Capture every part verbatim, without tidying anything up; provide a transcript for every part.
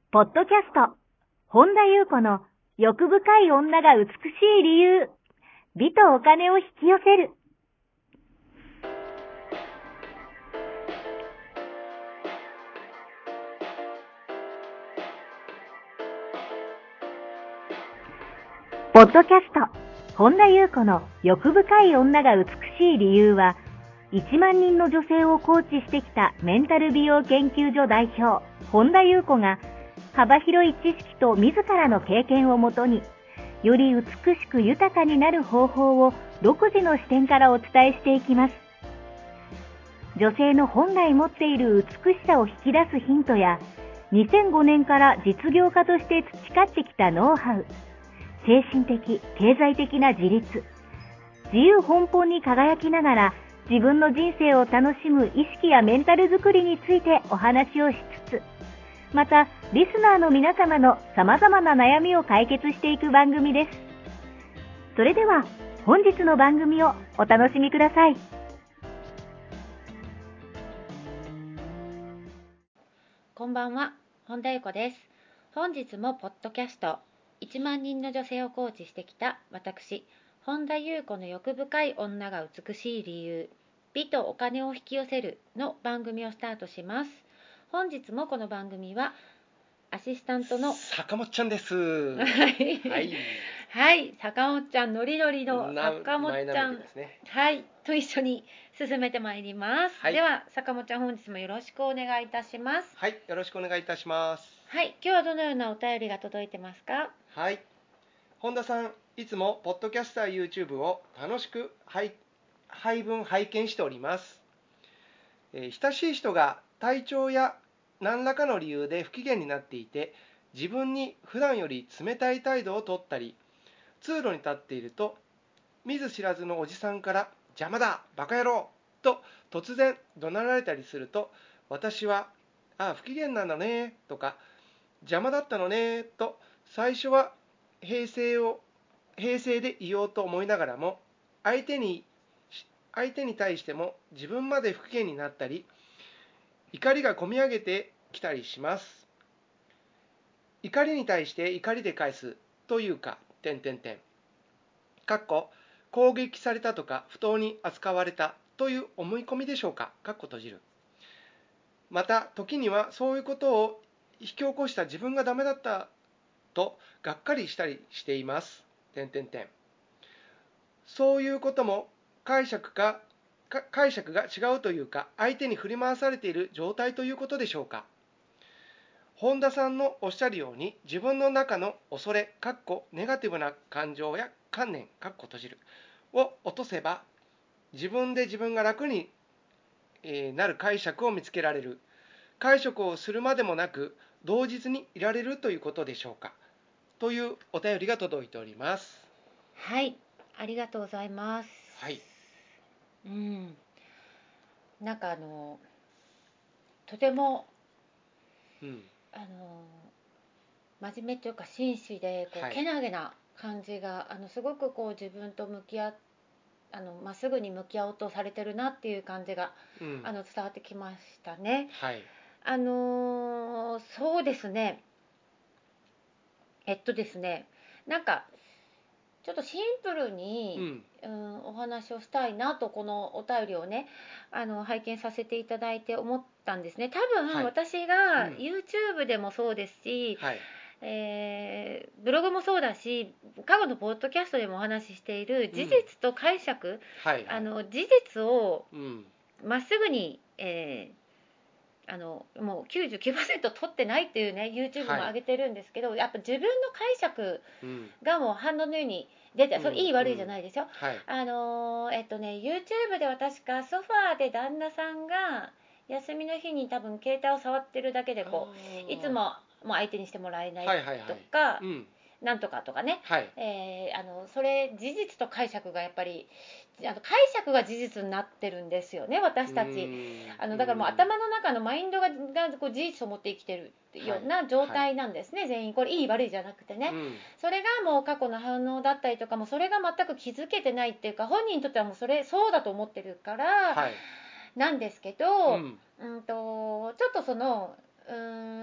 ポッドキャスト、本田裕子の欲深い女が美しい理由、美とお金を引き寄せる。ポッドキャスト、本田裕子の欲深い女が美しい理由は、いちまんにんの女性をコーチしてきたメンタル美容研究所代表、本田裕子が、幅広い知識と自らの経験をもとに、より美しく豊かになる方法を独自の視点からお伝えしていきます。女性の本来持っている美しさを引き出すヒントや、にせんごねんから実業家として培ってきたノウハウ、精神的、経済的な自立、自由奔放に輝きながら自分の人生を楽しむ意識やメンタルづくりについてお話をしつつ、またリスナーの皆様の様々な悩みを解決していく番組です。それでは本日の番組をお楽しみください。 こんばんは、本田裕子です。本日もポッドキャストいちまんにんの女性をコーチしてきた私、本田裕子の欲深い女が美しい理由、美とお金を引き寄せるの番組をスタートします。本日もこの番組はアシスタントの坂本ちゃんです。 はい、 はい、 はい、坂本ちゃんノリノリの坂本ちゃん、 ね、 はいと一緒に進めてまいります。 はい、 では坂本ちゃん、本日もよろしくお願いいたします。 はい、よろしくお願いいたします。 はい、今日はどのようなお便りが届いてますか？ はい、本田さん、いつもポッドキャスター YouTube を楽しく配配分拝見しております。えー、親しい人が体調や何らかの理由で不機嫌になっていて、自分に普段より冷たい態度をとったり、通路に立っていると見ず知らずのおじさんから邪魔だバカ野郎と突然怒鳴られたりすると、私はああ不機嫌なんだねとか邪魔だったのねと最初は平静を平静でいようと思いながらも、相手に相手に対しても自分まで不機嫌になったり、怒りがこみ上げてきたりします。怒りに対して怒りで返すというか、点点点。かっこ攻撃されたとか不当に扱われたという思い込みでしょうか。かっこ閉じる。また時にはそういうことを引き起こした自分がダメだったとがっかりしたりしています。点点点。そういうことも解釈か解釈が違うというか、相手に振り回されている状態ということでしょうか。本田さんのおっしゃるように、自分の中の恐れ、かっこネガティブな感情や観念、かっこ閉じるを落とせば、自分で自分が楽になる解釈を見つけられる。解釈をするまでもなく、同日にいられるということでしょうか。というお便りが届いております。 はい、ありがとうございます。 はい。 うん、なんかあのとても、うん、あの真面目というか真摯でこう、はい、けなげな感じがあのすごくこう自分と向き合あのまっすぐに向き合おうとされてるなっていう感じが、うん、あの伝わってきましたね。 はい、 あのー、そうですねえっとですねなんかちょっとシンプルに、うんうん、お話をしたいなと、このお便りをねあの拝見させていただいて思ったんですね。多分、はい、私が YouTube でもそうですし、はい、えー、ブログもそうだし、過去のポッドキャストでもお話ししている事実と解釈、うんはいはい、あの事実をまっすぐに、えーあのもう きゅうじゅうきゅうパーセント 取ってないっていうね YouTube も上げてるんですけど、はい、やっぱ自分の解釈がもう反応のように出て、うん、それいい悪いじゃないですよ、うんはい、あのえっとね YouTube では確かソファーで旦那さんが休みの日に多分携帯を触ってるだけでこういつももう相手にしてもらえないとか、はいはいはいうんなんとかとかね、はいえー、あのそれ事実と解釈がやっぱりあの解釈が事実になってるんですよね、私たち。あのだからもう頭の中のマインドが、がこう事実を持って生きてるような状態なんですね、はい、全員。これいい悪いじゃなくてね、うん、それがもう過去の反応だったりとかも、それが全く気づけてないっていうか、本人にとってはもうそれそうだと思ってるから、はい、なんですけど、うんうんとちょっとそのうーんシン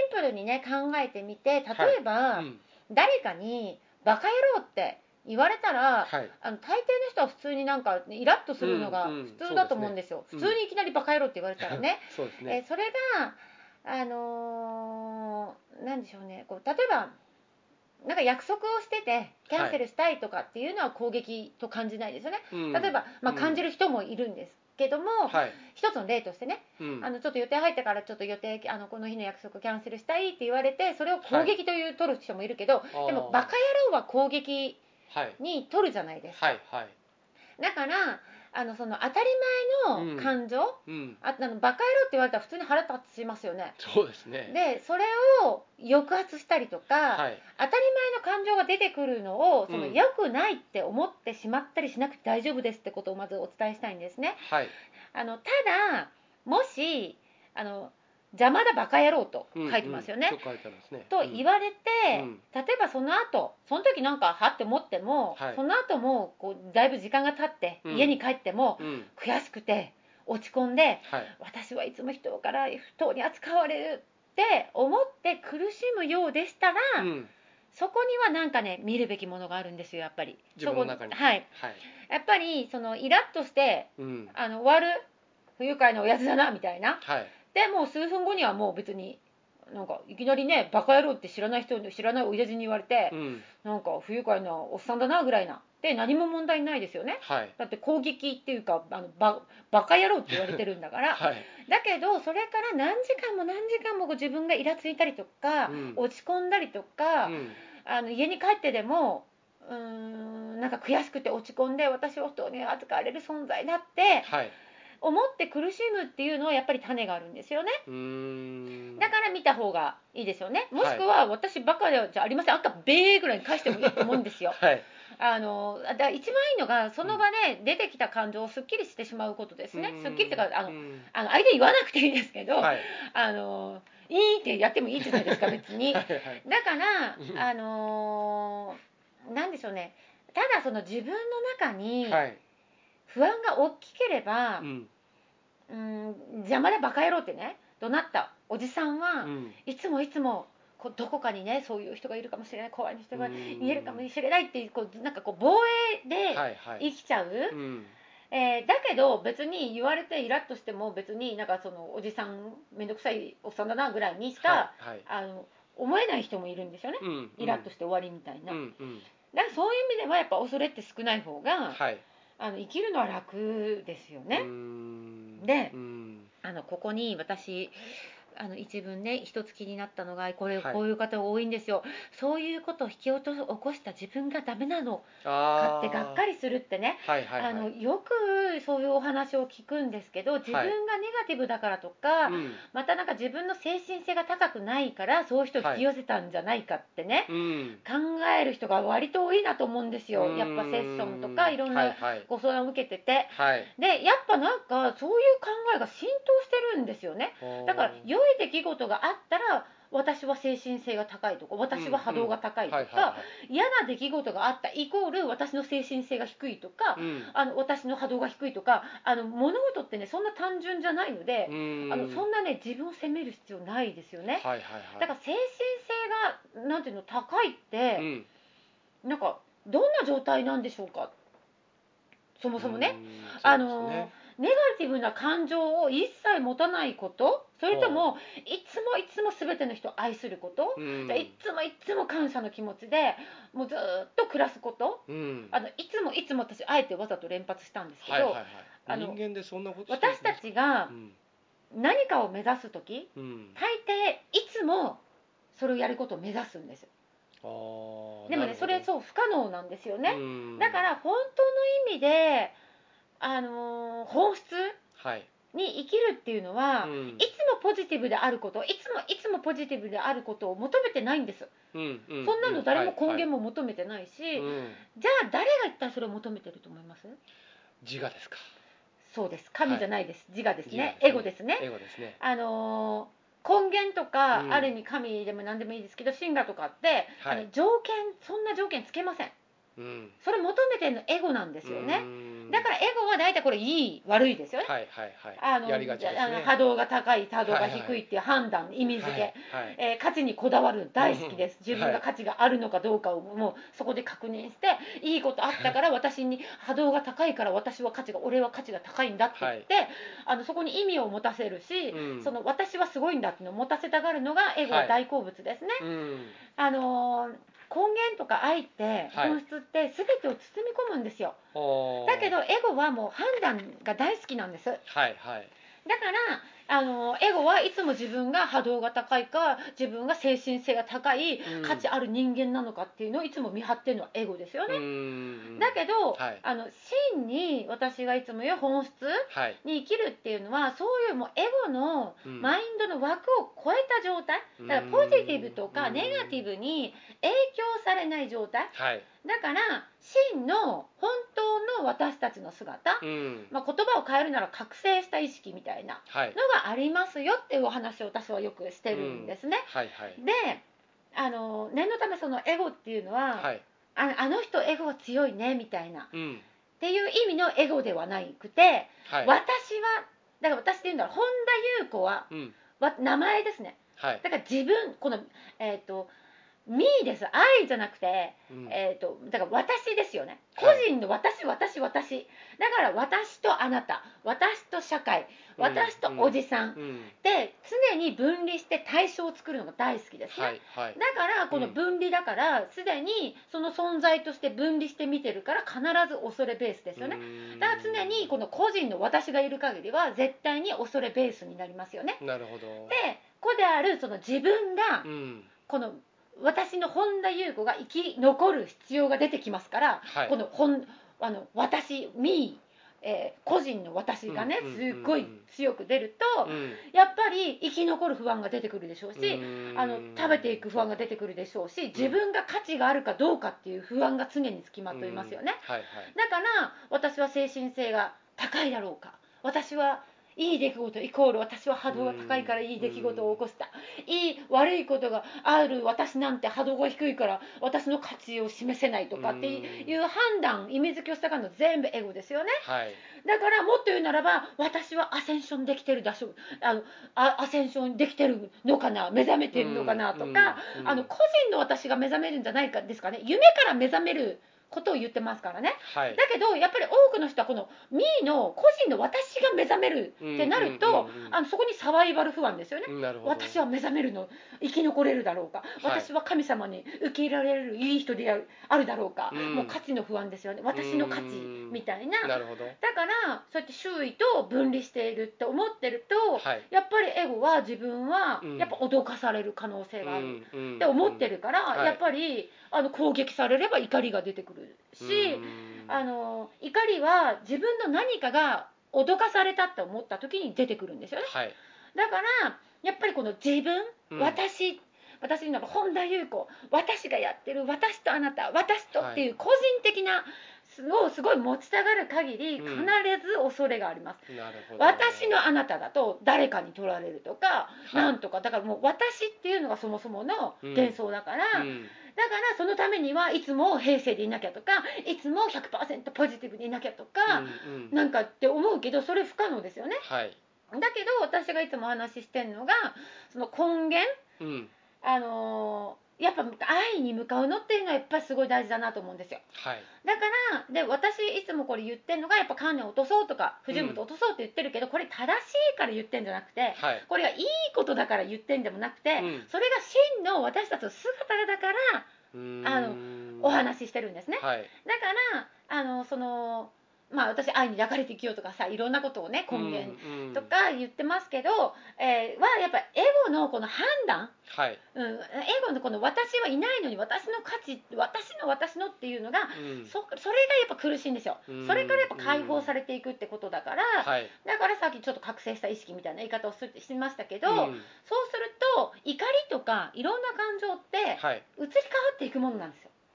プルにね考えてみて、例えば、 はい、うん、 誰かにバカ野郎って言われたら、 はい、 あの大抵の人は普通になんかイラッとするのがうんうん普通だと思うんですよ、 そうですね、 普通にいきなりバカ野郎って言われたらね、 そうですね、 えーそれがあのーなんでしょうね、こう例えばなんか約束をしててキャンセルしたいとかっていうのは攻撃と感じないですよね、 はい、 例えば、まあ、感じる人もいるんですけども、 うん、はい、 一つの例としてね、 うん、 あのちょっと予定入ったからちょっと予定あのこの日の約束キャンセルしたいって言われて、それを攻撃という取る人もいるけど、 はい、 でもバカ野郎は攻撃に取るじゃないですか、 はい、はい、 だからあのその当たり前の感情、 うん、 ああのバカ野郎って言われたら普通に腹立ちますよね。 そうですね。 でそれを抑圧したりとか、 はい、 当たり前の感情が出てくるのをそのうん良くないって思ってしまったりしなくて大丈夫ですってことをまずお伝えしたいんですね。 はい、 あのただもしあの邪魔だバカ野郎と書いてますよね、 うんうん、そう書いてありますね。 と言われて、 うん、 例えばその後その時なんかはって思っても、 はい、 その後もこうだいぶ時間が経ってうん家に帰っても、 うん、 悔しくて落ち込んで、 はい、 私はいつも人から不当に扱われるって思って苦しむようでしたら、 うん、 そこにはなんかね見るべきものがあるんですよ、やっぱり自分の中に。 はい、 はい、 やっぱりそのイラッとして、 うん、 あの終わる不愉快なおやつだなみたいな、 はい、 でもう数分後にはもう別になんかいきなりねバカ野郎って知らない人に知らない親父に言われて、 うん、 なんか不愉快なおっさんだなぐらいなで何も問題ないですよね、 はい、 だって攻撃っていうかあの バ, バカ野郎って言われてるんだから、 はい、 だけどそれから何時間も何時間も自分がイラついたりとか、 うん、 落ち込んだりとか、 うん、 あの家に帰ってでもうーんなんか悔しくて落ち込んで私を不当に扱われる存在だってはい、 思って苦しむっていうのはやっぱり種があるんですよね。 うーん、 だから見た方がいいですよね。もしくは私バカじゃありません、赤ベーぐらいに返してもいいと思うんですよ。 はい、 あのだ一番いいのがその場で出てきた感情をすっきりしてしまうことですね。 うんすっきりというかあの、 うん、 あの相手に言わなくていいですけど、 はい、 あのいいってやってもいいじゃないですか別に。 はい、はい、 だからうんあのなんでしょうね。ただその自分の中にはい、 不安が大きければ、 うん、 うーん邪魔だバカ野郎ってね怒鳴ったおじさんは、 うん、 いつもいつもこうどこかにねそういう人がいるかもしれない、怖い人がうーん見えるかもしれないっていうこうなんかこう防衛ではい、はい、 生きちゃう、 うん、 えーだけど別に言われてイラッとしても別になんかそのおじさんめんどくさいおっさんだなぐらいにしか、 はい、はい、 あの思えない人もいるんですよね、 うん、 イラッとして終わりみたいな、 うん、うん、 だからそういう意味ではやっぱ恐れって少ない方が、 はい、 あの生きるのは楽ですよね。 うーん、 でうん、 あのここに私あの一文ね一つ気になったのがこれ、 はい、 こういう方多いんですよ。そういうことを引き起こした自分がダメなのかってがっあかりするってね、 あ、はい、はい、 あのはい、 よくそういうお話を聞くんですけど、自分がネガティブだからとか、 うん、 またなんか自分の精神性が高くないからそういう人を引き寄せたんじゃないかってね、 うん、 考える人が割と多いなと思うんですよ。 うーんやっぱセッションとかいろんなはい、はい、 ご相談を受けてて、 はい、 でやっぱなんかそういう考えが浸透してるんですよね。だから良い出来事があったら私は精神性が高いとか私は波動が高いとか、 うんうんはいはいはい、 嫌な出来事があったイコール私の精神性が低いとか、 うん、 あの私の波動が低いとか、あの物事ってねそんな単純じゃないので、 うーんあのそんなね自分を責める必要ないですよね。 はいはいはいだから精神性がなんていうの高いって、 うんなんかどんな状態なんでしょうか、そもそもね。 うーんあそうですのねネガティブな感情を一切持たないこと、それともいつもいつも全ての人を愛すること、 うんじゃあいつもいつも感謝の気持ちでもうずっと暮らすこと、 うんあのいつもいつも私あえてわざと連発したんですけど、 はいはいはいあの人間でそんなことしてるん私ですかたちがうん何かを目指す時、 うん大抵いつもそれをやることを目指すんですよ。 あーでもねそれなるほどそう不可能なんですよね。 うんだから本当の意味で、あのー本質はいに生きるっていうのは、 うんいつもポジティブであること、いつもいつもポジティブであることを求めてないんです。 うんうんそんなの誰も根はい源も求めてないし、 はいうんじゃあ誰が一体それを求めてると思います？ 自我ですかそうです。神じゃないです。自我ですね。 自我エゴですね。 エゴですねあのー根源とか、 うんある意味神でも何でもいいですけど神羅とかって、 はいあの条件そんな条件つけません。 ううん、 それ求めてるのエゴなんですよね。だからエゴは大体これいい悪いですよね。 はいはいはい、 あのやりがちですね。 あの波動が高い波動が低いっていう判断、はいはい、意味付け、はいはい、えー、価値にこだわる大好きです。自分が価値があるのかどうかをもうそこで確認して、いいことあったから私に波動が高いから私は価値が俺は価値が高いんだって言って、はい、あのそこに意味を持たせるし、うん、その私はすごいんだっていうのを持たせたがるのがエゴは大好物ですね。はい、うん、あのー根源とか愛って本質って全てを包み込むんですよ。はい、だけどエゴはもう判断が大好きなんです。はいはい、だからあのエゴはいつも自分が波動が高いか自分が精神性が高い価値ある人間なのかっていうのをいつも見張ってるのはエゴですよね。だけど、はい、あの真に私がいつも言う本質に生きるっていうのは、そういうもうエゴのマインドの枠を超えた状態、だからポジティブとかネガティブに影響されない状態、はい、だから真の本当の私たちの姿、うん、まあ、言葉を変えるなら覚醒した意識みたいなのがありますよっていうお話を私はよくしてるんですね。うん、はいはい、であの念のためそのエゴっていうのは、はい、あ, あの人エゴ強いねみたいな、うん、っていう意味のエゴではなくて、はい、私はだから私って言うんだろう、本田裕子は、うん、名前ですね、はい、だから自分このえっ、ー、とミーです。愛じゃなくて、うん、えーと、だから私ですよね。個人の私、はい、私、私。だから私とあなた、私と社会、私とおじさん、うんうん、で常に分離して対象を作るのが大好きですね。はいはい、だからこの分離だからすで、うん、にその存在として分離して見てるから必ず恐れベースですよね。だから常にこの個人の私がいる限りは絶対に恐れベースになりますよね。 なるほど。 で、子であるその自分が、うん、この私の本田裕子が生き残る必要が出てきますから、はい、この本あの私ミー、えー、個人の私がね、うんうんうんうん、すっごい強く出ると、うん、やっぱり生き残る不安が出てくるでしょうし、うあの食べていく不安が出てくるでしょうし、自分が価値があるかどうかっていう不安が常につきまといますよね。はいはい、だから私は精神性が高いだろうか、私はいい出来事イコール私は波動が高いからいい出来事を起こした、いい悪いことがある私なんて波動が低いから私の価値を示せないとかっていう判断、意味付けをしたからの全部エゴですよね。はい、だからもっと言うならば私はアセンションできてるだしょあのあアセンションできてるのかな、目覚めてるのかなとか、あの個人の私が目覚めるんじゃないかですかね。夢から目覚めることを言ってますからね。はい、だけどやっぱり多くの人はこのミーの個人の私が目覚めるってなると、うんうんうんうん、あのそこにサバイバル不安ですよね。私は目覚めるの生き残れるだろうか、はい、私は神様に受け入れられるいい人であるだろうか、うん、もう価値の不安ですよね。私の価値みたいな。なるほど。だからそうやって周囲と分離しているって思ってると、はい、やっぱりエゴは自分はやっぱ脅かされる可能性があるって思ってるから、うんうんうん、やっぱりあの攻撃されれば怒りが出てくるし、あの怒りは自分の何かが脅かされたって思った時に出てくるんですよね。はい、だからやっぱりこの自分、うん、私私の本田裕子、私がやってる私とあなた、私とっていう個人的なをすごい持ちたがる限り必ず恐れがあります。うん、なるほど。私のあなただと誰かに取られるとか、はい、なんとかだからもう私っていうのがそもそもの幻想だから、うんうん、だからそのためにはいつも平静でいなきゃとか、いつも ひゃくパーセント ポジティブでいなきゃとか、うんうん、なんかって思うけどそれ不可能ですよね。はい、だけど私がいつもお話ししてるのがその根源、うん、あのーやっぱ愛に向かうのっていうのはやっぱりすごい大事だなと思うんですよ。はい、だからで私いつもこれ言ってるのがやっぱ観念を落とそうとか不純物を落とそうって言ってるけど、うん、これ正しいから言ってるんじゃなくて、はい、これがいいことだから言ってるんでもなくて、うん、それが真の私たちの姿だからあのお話ししてるんですね。はい、だからあのそのまあ私愛に抱かれて生きようとかさ、いろんなことをね根源とか言ってますけど、うんうん、えー、はやっぱエゴのこの判断、はい、うん、エゴのこの私はいないのに私の価値、私の私のっていうのが、うん、そ, それがやっぱ苦しいんですよ。うん、それからやっぱ解放されていくってことだから、うん、だからさっきちょっと覚醒した意識みたいな言い方をしましたけど、うん、そうすると怒りとかいろんな感情って移り変わっていくものなんですよ。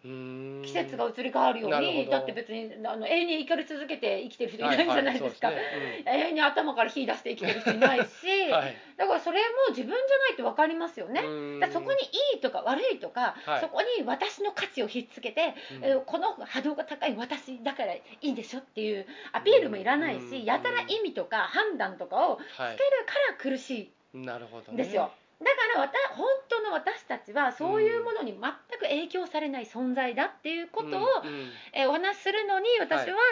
季節が移り変わるように、だって別にあの永遠に怒り続けて生きてる人いないじゃないですか、はいはいそうですねうん、永遠に頭から火出して生きてる人いないし、はい、だからそれも自分じゃないと分かりますよね。だそこにいいとか悪いとか、はい、そこに私の価値をひっつけて、うん、この波動が高い私だからいいんでしょっていうアピールもいらないし、やたら意味とか判断とかをつけるから苦しいんですよ。だからわた本当の私たちはそういうものに全く影響されない存在だっていうことを、うんうんえー、お話しするのに私は、はい、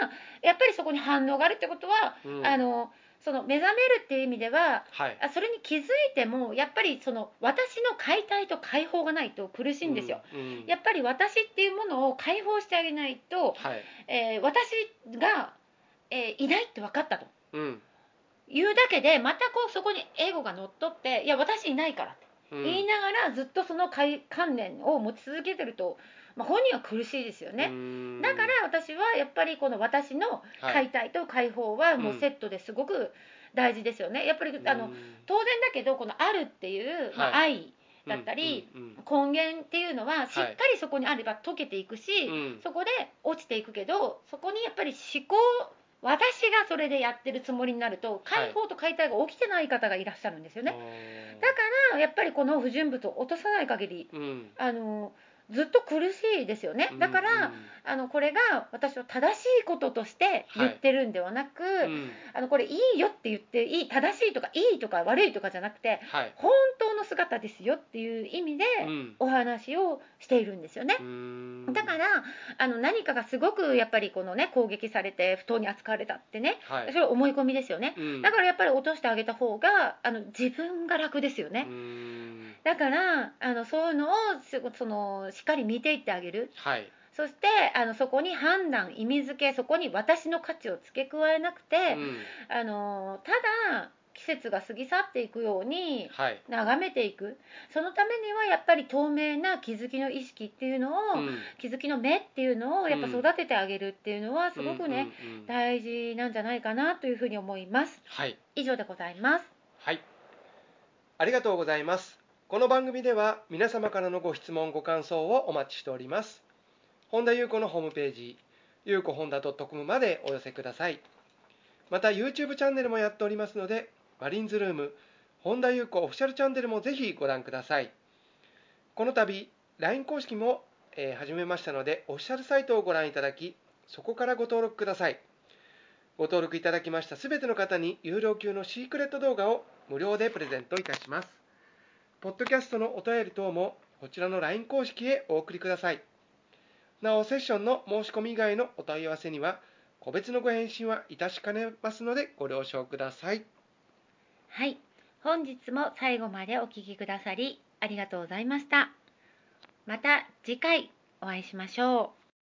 やっぱりそこに反応があるってことは、うん、あのその目覚めるっていう意味では、はい、それに気づいてもやっぱりその私の解体と解放がないと苦しいんですよ、うんうん、やっぱり私っていうものを解放してあげないと、はいえー、私が、えー、いないって分かったと。うん言うだけでまたこうそこにエゴが乗っ取っていや私いないからって言いながらずっとその観念を持ち続けてると、まあ、本人は苦しいですよね。だから私はやっぱりこの私の解体と解放はもうセットですごく大事ですよね。やっぱりあの当然だけどこのあるっていう、まあ、愛だったり、うんうんうん、根源っていうのはしっかりそこにあれば溶けていくし、はい、そこで落ちていくけどそこにやっぱり思考私がそれでやってるつもりになると解放と解体が起きてない方がいらっしゃるんですよね、はい、だからやっぱりこの不純物を落とさない限り、うん、あのずっと苦しいですよね。だから、うんうん、あのこれが私は正しいこととして言ってるんではなく、はいうん、あのこれいいよって言っていい正しいとかいいとか悪いとかじゃなくて、はい、本当の姿ですよっていう意味でお話をしているんですよね、うん、だからあの何かがすごくやっぱりこのね攻撃されて不当に扱われたってね、はい、それは思い込みですよね、うん、だからやっぱり落としてあげた方があの自分が楽ですよね。うんだからあのそういうのをそのしっかり見ていってあげる、はい、そしてあのそこに判断意味付けそこに私の価値を付け加えなくて、うん、あのただ季節が過ぎ去っていくように眺めていく、はい、そのためにはやっぱり透明な気づきの意識っていうのを、うん、気づきの目っていうのをやっぱ育ててあげるっていうのはすごくね、うんうんうん、大事なんじゃないかなというふうに思います、はい、以上でございます。 はい、ありがとうございます。この番組では皆様からのご質問ご感想をお待ちしております。本田裕子のホームページゆうこ本田 .com までお寄せください。また YouTube チャンネルもやっておりますのでマリンズルーム本田裕子オフィシャルチャンネルもぜひご覧ください。この度 ライン 公式も、えー、始めましたのでオフィシャルサイトをご覧いただきそこからご登録ください。ご登録いただきましたすべての方に有料級のシークレット動画を無料でプレゼントいたします。ポッドキャストのお便り等もこちらの ライン 公式へお送りください。なおセッションの申し込み以外のお問い合わせには個別のご返信はいたしかねますのでご了承ください。 はい、本日も最後までお聞きくださりありがとうございました。また次回お会いしましょう。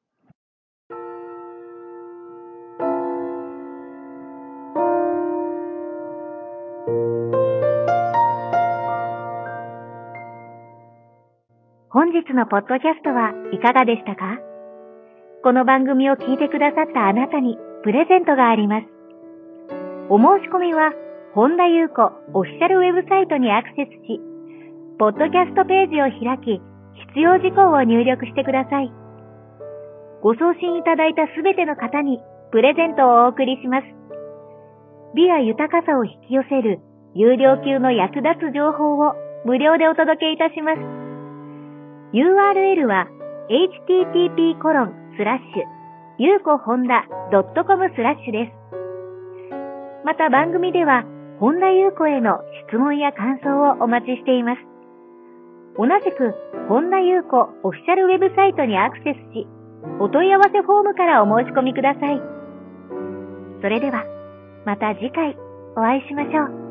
本日のポッドキャストはいかがでしたか？この番組を聞いてくださったあなたにプレゼントがあります。お申し込みは本田裕子オフィシャルウェブサイトにアクセスし、ポッドキャストページを開き、必要事項を入力してください。ご送信いただいたすべての方にプレゼントをお送りします。美や豊かさを引き寄せる有料級の役立つ情報を無料でお届けいたします。ユーアールエル は エイチティーティーピーコロンスラッシュゆうこほんだドットコムスラッシュです。また番組では本田裕子への質問や感想をお待ちしています。同じく本田裕子オフィシャルウェブサイトにアクセスし、お問い合わせフォームからお申し込みください。それではまた次回お会いしましょう。